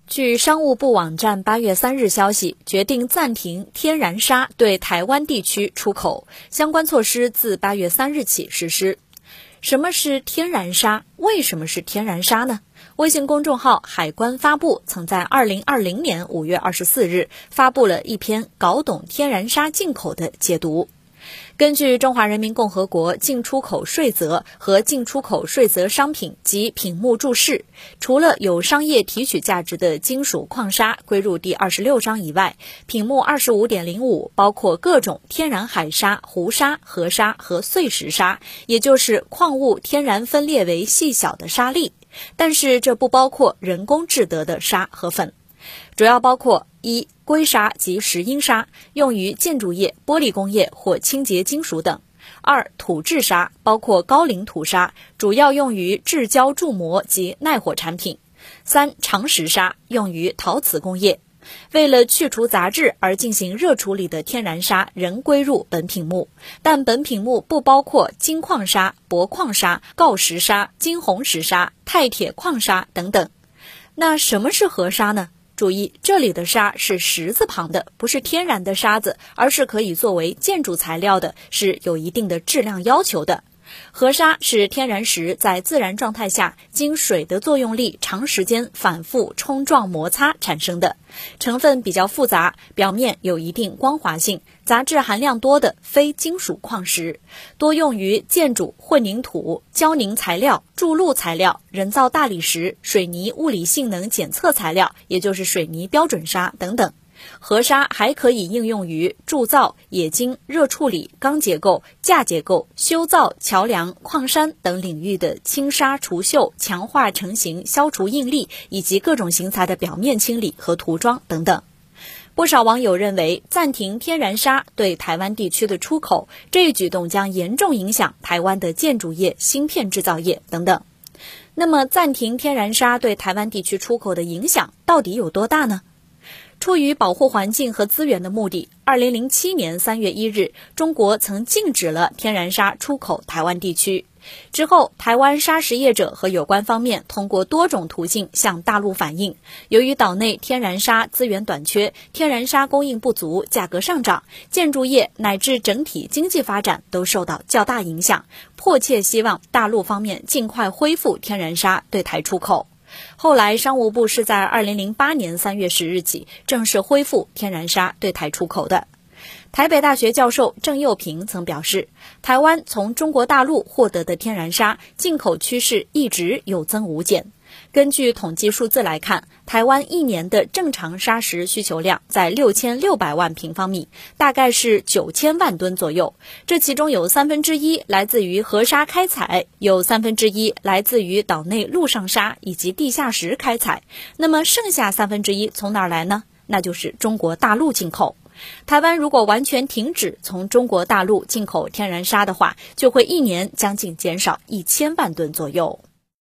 据商务部网站8月3日消息，决定暂停天然砂对台湾地区出口，相关措施自8月3日起实施。什么是天然砂？为什么是天然砂呢？微信公众号海关发布曾在2020年5月24日发布了一篇搞懂天然砂进口的解读。根据《中华人民共和国进出口税则》和进出口税则商品及品目注释，除了有商业提取价值的金属矿砂归入第26章以外，品目 25.05 包括各种天然海砂、湖砂、河砂和碎石砂，也就是矿物天然分裂为细小的沙粒，但是这不包括人工制得的砂和粉。主要包括一、硅砂及石英砂，用于建筑业、玻璃工业或清洁金属等；二、土质砂，包括高岭土砂，主要用于制胶铸模及耐火产品；三、长石砂，用于陶瓷工业。为了去除杂质而进行热处理的天然砂仍归入本品目，但本品目不包括金矿砂、铂矿砂、锆石砂、金红石砂、钛铁矿砂等等。那什么是河砂呢？注意，这里的砂是石字旁的，不是天然的沙子，而是可以作为建筑材料的，是有一定的质量要求的。河砂是天然石在自然状态下经水的作用力长时间反复冲撞摩擦产生的，成分比较复杂，表面有一定光滑性，杂质含量多的非金属矿石，多用于建筑、混凝土、胶凝材料、筑路材料、人造大理石、水泥物理性能检测材料，也就是水泥标准砂等等。河砂还可以应用于铸造、冶金、热处理、钢结构、架结构、修造、桥梁、矿山等领域的轻砂除锈、强化成型、消除应力以及各种型材的表面清理和涂装等等。不少网友认为，暂停天然砂对台湾地区的出口，这一举动将严重影响台湾的建筑业、芯片制造业等等。那么，暂停天然砂对台湾地区出口的影响到底有多大呢？出于保护环境和资源的目的，2007年3月1日，中国曾禁止了天然砂出口台湾地区。之后，台湾砂石业者和有关方面通过多种途径向大陆反映，由于岛内天然砂资源短缺，天然砂供应不足，价格上涨，建筑业乃至整体经济发展都受到较大影响，迫切希望大陆方面尽快恢复天然砂对台出口。后来，商务部是在2008年3月10日起正式恢复天然砂对台出口的。台北大学教授郑佑平曾表示，台湾从中国大陆获得的天然砂进口趋势一直有增无减。根据统计数字来看，台湾一年的正常砂石需求量在6600万平方米，大概是9000万吨左右。这其中有1/3来自于河砂开采，有1/3来自于岛内陆上砂以及地下石开采。那么剩下1/3从哪儿来呢？那就是中国大陆进口。台湾如果完全停止从中国大陆进口天然砂的话，就会一年将近减少1000万吨左右。